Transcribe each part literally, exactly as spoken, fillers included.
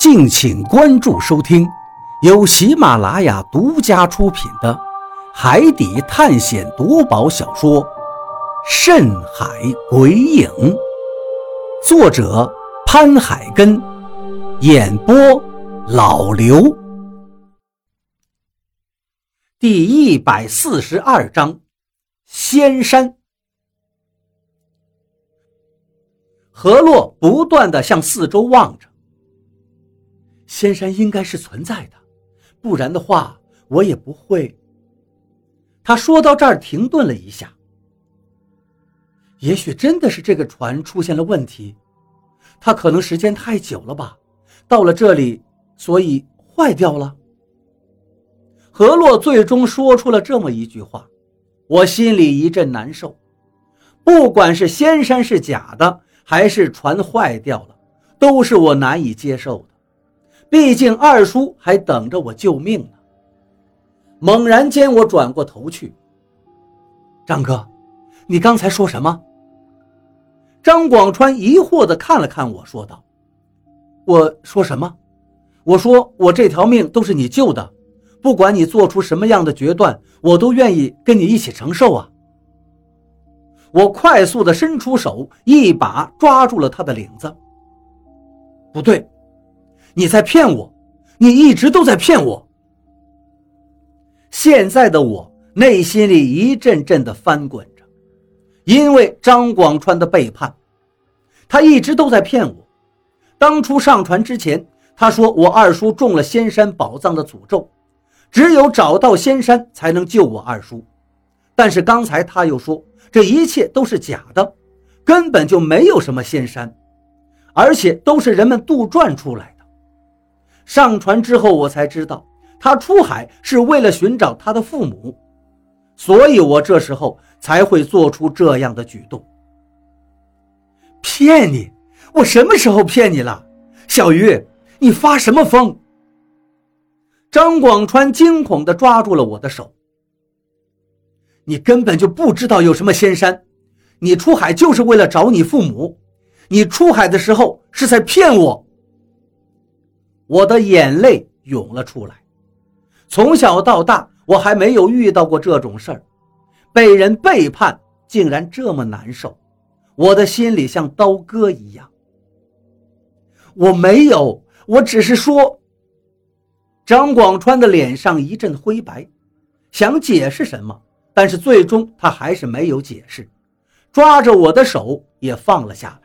敬请关注收听，由喜马拉雅独家出品的海底探险夺宝小说《深海鬼影》，作者潘海根，演播老刘。第一百四十二章，仙山。何洛不断地向四周望着，仙山应该是存在的，不然的话我也不会。他说到这儿停顿了一下，也许真的是这个船出现了问题，它可能时间太久了吧，到了这里所以坏掉了。何洛最终说出了这么一句话，我心里一阵难受。不管是仙山是假的还是船坏掉了，都是我难以接受的，毕竟二叔还等着我救命呢。猛然间我转过头去，张哥，你刚才说什么？张广川疑惑地看了看我，说道，我说什么？我说我这条命都是你救的，不管你做出什么样的决断，我都愿意跟你一起承受啊。我快速地伸出手，一把抓住了他的领子。不对，你在骗我，你一直都在骗我。现在的我内心里一阵阵的翻滚着，因为张广川的背叛，他一直都在骗我。当初上船之前，他说我二叔中了仙山宝藏的诅咒，只有找到仙山才能救我二叔。但是刚才他又说这一切都是假的，根本就没有什么仙山，而且都是人们杜撰出来的。上船之后我才知道，他出海是为了寻找他的父母，所以我这时候才会做出这样的举动。骗你？我什么时候骗你了？小鱼，你发什么疯？张广川惊恐地抓住了我的手。你根本就不知道有什么仙山，你出海就是为了找你父母，你出海的时候是在骗我。我的眼泪涌了出来，从小到大我还没有遇到过这种事儿，被人背叛竟然这么难受，我的心里像刀割一样。我没有，我只是说。张广川的脸上一阵灰白，想解释什么，但是最终他还是没有解释，抓着我的手也放了下来。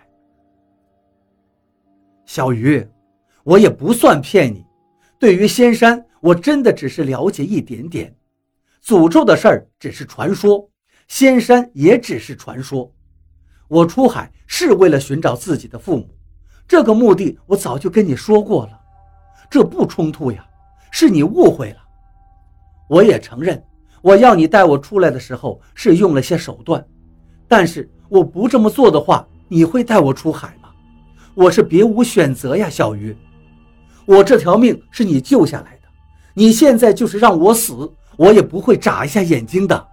小鱼，我也不算骗你，对于仙山我真的只是了解一点点，诅咒的事儿只是传说，仙山也只是传说。我出海是为了寻找自己的父母，这个目的我早就跟你说过了，这不冲突呀，是你误会了。我也承认我要你带我出来的时候是用了些手段，但是我不这么做的话，你会带我出海吗？我是别无选择呀，小鱼。我这条命是你救下来的，你现在就是让我死，我也不会眨一下眼睛的。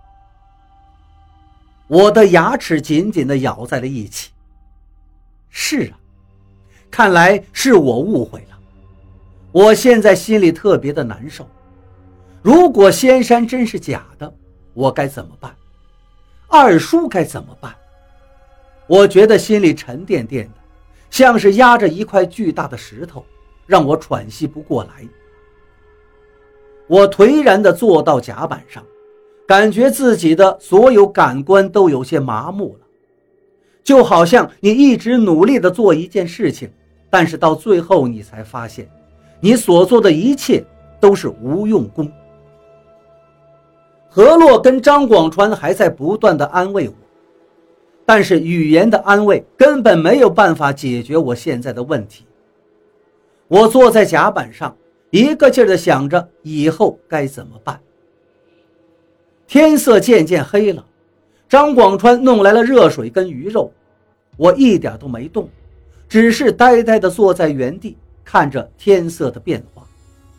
我的牙齿紧紧地咬在了一起。是啊，看来是我误会了。我现在心里特别的难受。如果仙山真是假的，我该怎么办？二叔该怎么办？我觉得心里沉甸甸的，像是压着一块巨大的石头，让我喘息不过来。我颓然地坐到甲板上，感觉自己的所有感官都有些麻木了，就好像你一直努力地做一件事情，但是到最后你才发现，你所做的一切都是无用功。何洛跟张广川还在不断地安慰我，但是语言的安慰根本没有办法解决我现在的问题。我坐在甲板上，一个劲儿地想着以后该怎么办。天色渐渐黑了，张广川弄来了热水跟鱼肉，我一点都没动，只是呆呆地坐在原地，看着天色的变化。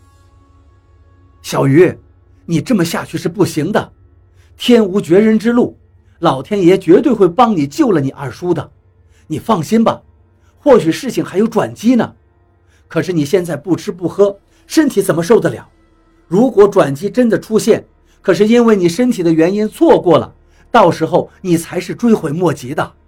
小鱼，你这么下去是不行的，天无绝人之路，老天爷绝对会帮你救了你二叔的，你放心吧，或许事情还有转机呢。 可是你现在不吃不喝，身体怎么受得了？如果转机真的出现，可是因为你身体的原因错过了，到时候你才是追悔莫及的。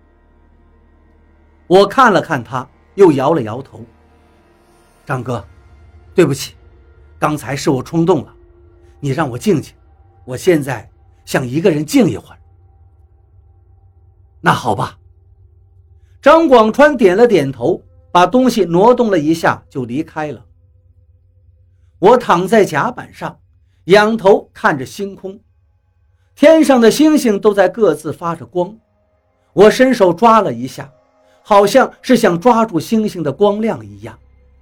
我看了看他，又摇了摇头。张哥，对不起，刚才是我冲动了，你让我静静，我现在想一个人静一会儿。那好吧。张广川点了点头，把东西挪动了一下就离开了。我躺在甲板上，仰头看着星空，天上的星星都在各自发着光。我伸手抓了一下，好像是想抓住星星的光亮一样。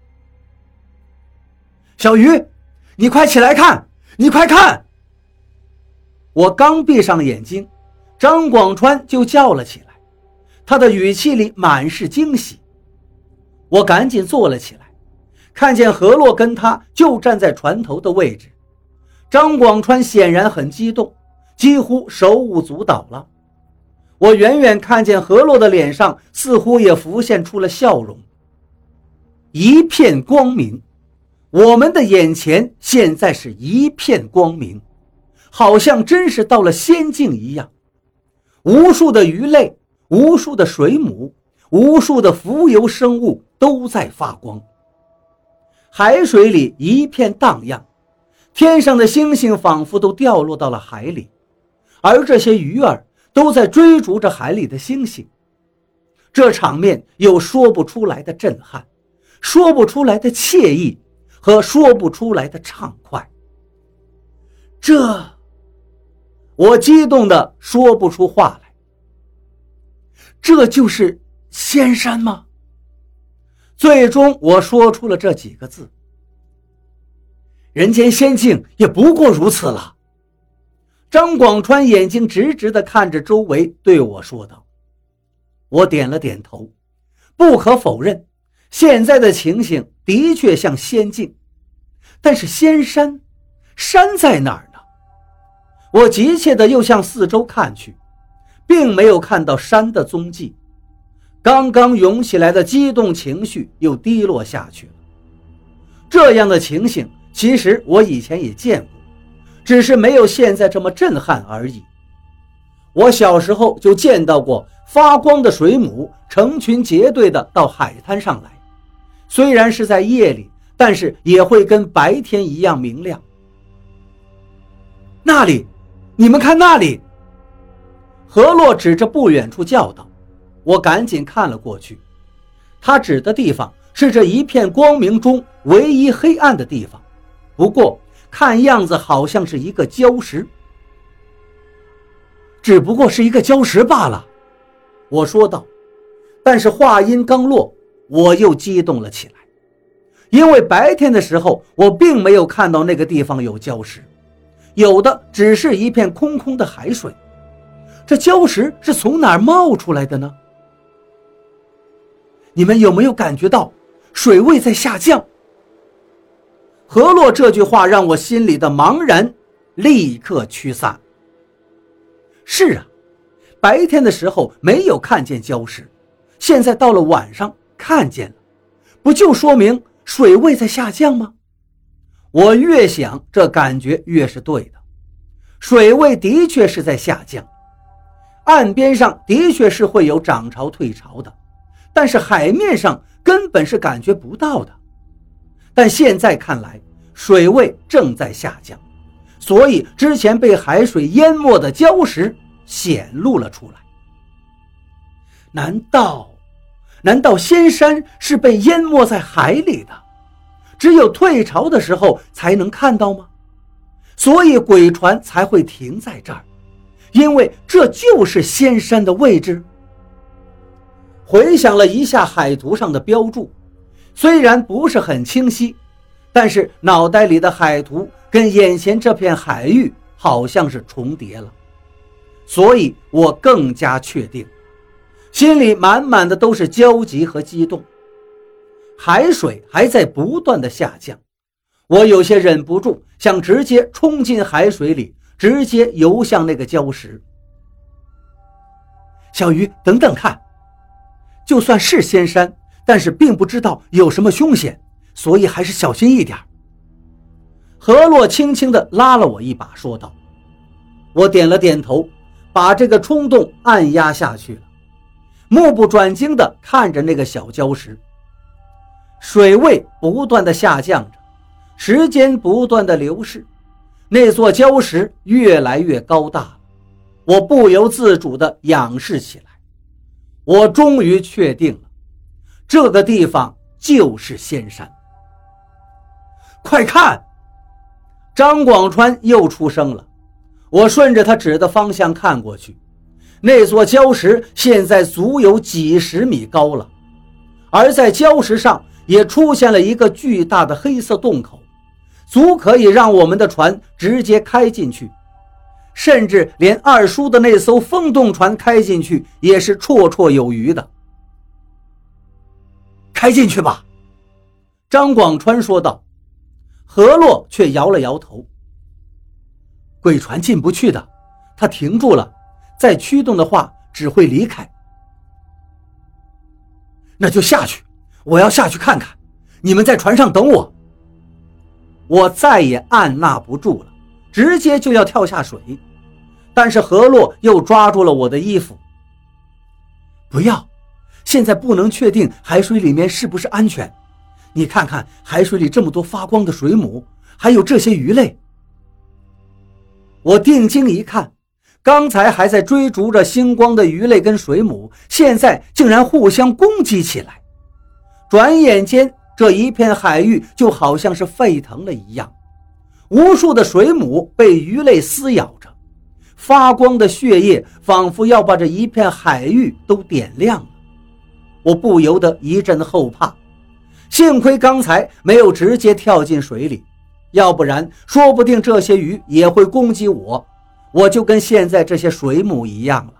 小鱼，你快起来看，你快看！我刚闭上眼睛，张广川就叫了起来，他的语气里满是惊喜。我赶紧坐了起来，看见何洛跟他就站在船头的位置。张广川显然很激动，几乎手舞足蹈了。我远远看见何洛的脸上似乎也浮现出了笑容。一片光明，我们的眼前现在是一片光明，好像真是到了仙境一样。无数的鱼类，无数的水母，无数的浮游生物都在发光。海水里一片荡漾，天上的星星仿佛都掉落到了海里，而这些鱼儿都在追逐着海里的星星。这场面有说不出来的震撼，说不出来的惬意和说不出来的畅快。这，我激动地说不出话来。这就是仙山吗？最终我说出了这几个字。人间仙境也不过如此了。张广川眼睛直直地看着周围，对我说道。我点了点头，不可否认，现在的情形的确像仙境，但是仙山，山在哪儿呢？我急切地又向四周看去，并没有看到山的踪迹。刚刚涌起来的激动情绪又低落下去了。这样的情形其实我以前也见过，只是没有现在这么震撼而已。我小时候就见到过发光的水母成群结队的到海滩上来，虽然是在夜里，但是也会跟白天一样明亮。那里，你们看那里！何洛指着不远处叫道。我赶紧看了过去，他指的地方是这一片光明中唯一黑暗的地方，不过看样子好像是一个礁石。只不过是一个礁石罢了，我说道。但是话音刚落，我又激动了起来，因为白天的时候我并没有看到那个地方有礁石，有的只是一片空空的海水。这礁石是从哪儿冒出来的呢？你们有没有感觉到水位在下降？何洛这句话让我心里的茫然立刻驱散。是啊，白天的时候没有看见礁石，现在到了晚上看见了，不就说明水位在下降吗？我越想这感觉越是对的，水位的确是在下降，岸边上的确是会有涨潮退潮的，但是海面上根本是感觉不到的。但现在看来，水位正在下降，所以之前被海水淹没的礁石显露了出来。难道难道仙山是被淹没在海里的，只有退潮的时候才能看到吗？所以鬼船才会停在这儿，因为这就是仙山的位置。回想了一下海图上的标注，虽然不是很清晰，但是脑袋里的海图跟眼前这片海域好像是重叠了，所以我更加确定，心里满满的都是焦急和激动。海水还在不断的下降，我有些忍不住想直接冲进海水里，直接游向那个礁石。小鱼，等等看，就算是仙山， 但是并不知道有什么凶险，所以还是小心一点。何洛轻轻地拉了我一把，说道。我点了点头，把这个冲动按压下去了，目不转睛地看着那个小礁石。水位不断地下降着，时间不断地流逝，那座礁石越来越高大了，我不由自主地仰视起来。我终于确定了，这个地方就是仙山。快看！张广川又出声了。我顺着他指的方向看过去，那座礁石现在足有几十米高了，而在礁石上也出现了一个巨大的黑色洞口，足可以让我们的船直接开进去，甚至连二叔的那艘风洞船开进去也是绰绰有余的。开进去吧，张广川说道。何洛却摇了摇头。鬼船进不去的，它停住了，再驱动的话只会离开。那就下去，我要下去看看，你们在船上等我。我再也按捺不住了，直接就要跳下水，但是何洛又抓住了我的衣服。不要，现在不能确定海水里面是不是安全，你看看海水里这么多发光的水母，还有这些鱼类。我定睛一看，刚才还在追逐着星光的鱼类跟水母，现在竟然互相攻击起来。转眼间，这一片海域就好像是沸腾了一样，无数的水母被鱼类撕咬着，发光的血液仿佛要把这一片海域都点亮了。我不由得一阵后怕，幸亏刚才没有直接跳进水里，要不然说不定这些鱼也会攻击我，我就跟现在这些水母一样了。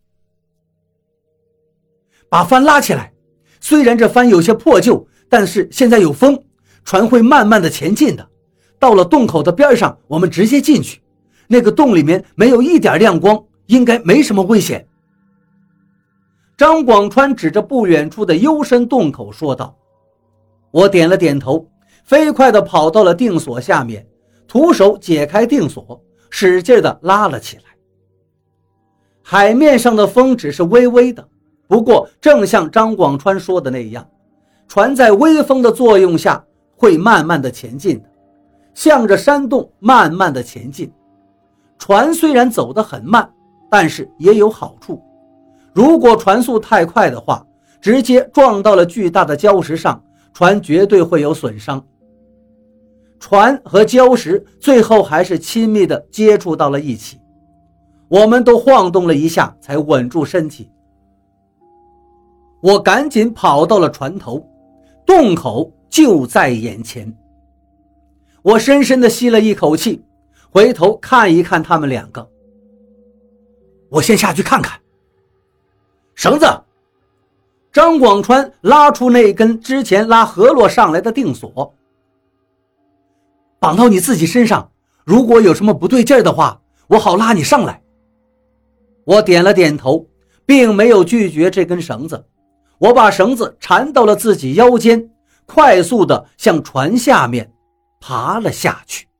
把帆拉起来，虽然这帆有些破旧，但是现在有风，船会慢慢的前进的。到了洞口的边上，我们直接进去，那个洞里面没有一点亮光，应该没什么危险。张广川指着不远处的幽深洞口说道。我点了点头，飞快地跑到了定锁下面，徒手解开定锁，使劲地拉了起来。海面上的风只是微微的，不过正像张广川说的那样，船在微风的作用下会慢慢地前进的，向着山洞慢慢地前进。船虽然走得很慢，但是也有好处，如果船速太快的话，直接撞到了巨大的礁石上，船绝对会有损伤。船和礁石最后还是亲密地接触到了一起，我们都晃动了一下才稳住身体。我赶紧跑到了船头，洞口就在眼前。我深深地吸了一口气，回头看一看他们两个。我先下去看看。绳子！张广川拉出那根之前拉何洛上来的定锁，绑到你自己身上，如果有什么不对劲儿的话，我好拉你上来。我点了点头，并没有拒绝这根绳子。我把绳子缠到了自己腰间，快速地向船下面爬了下去。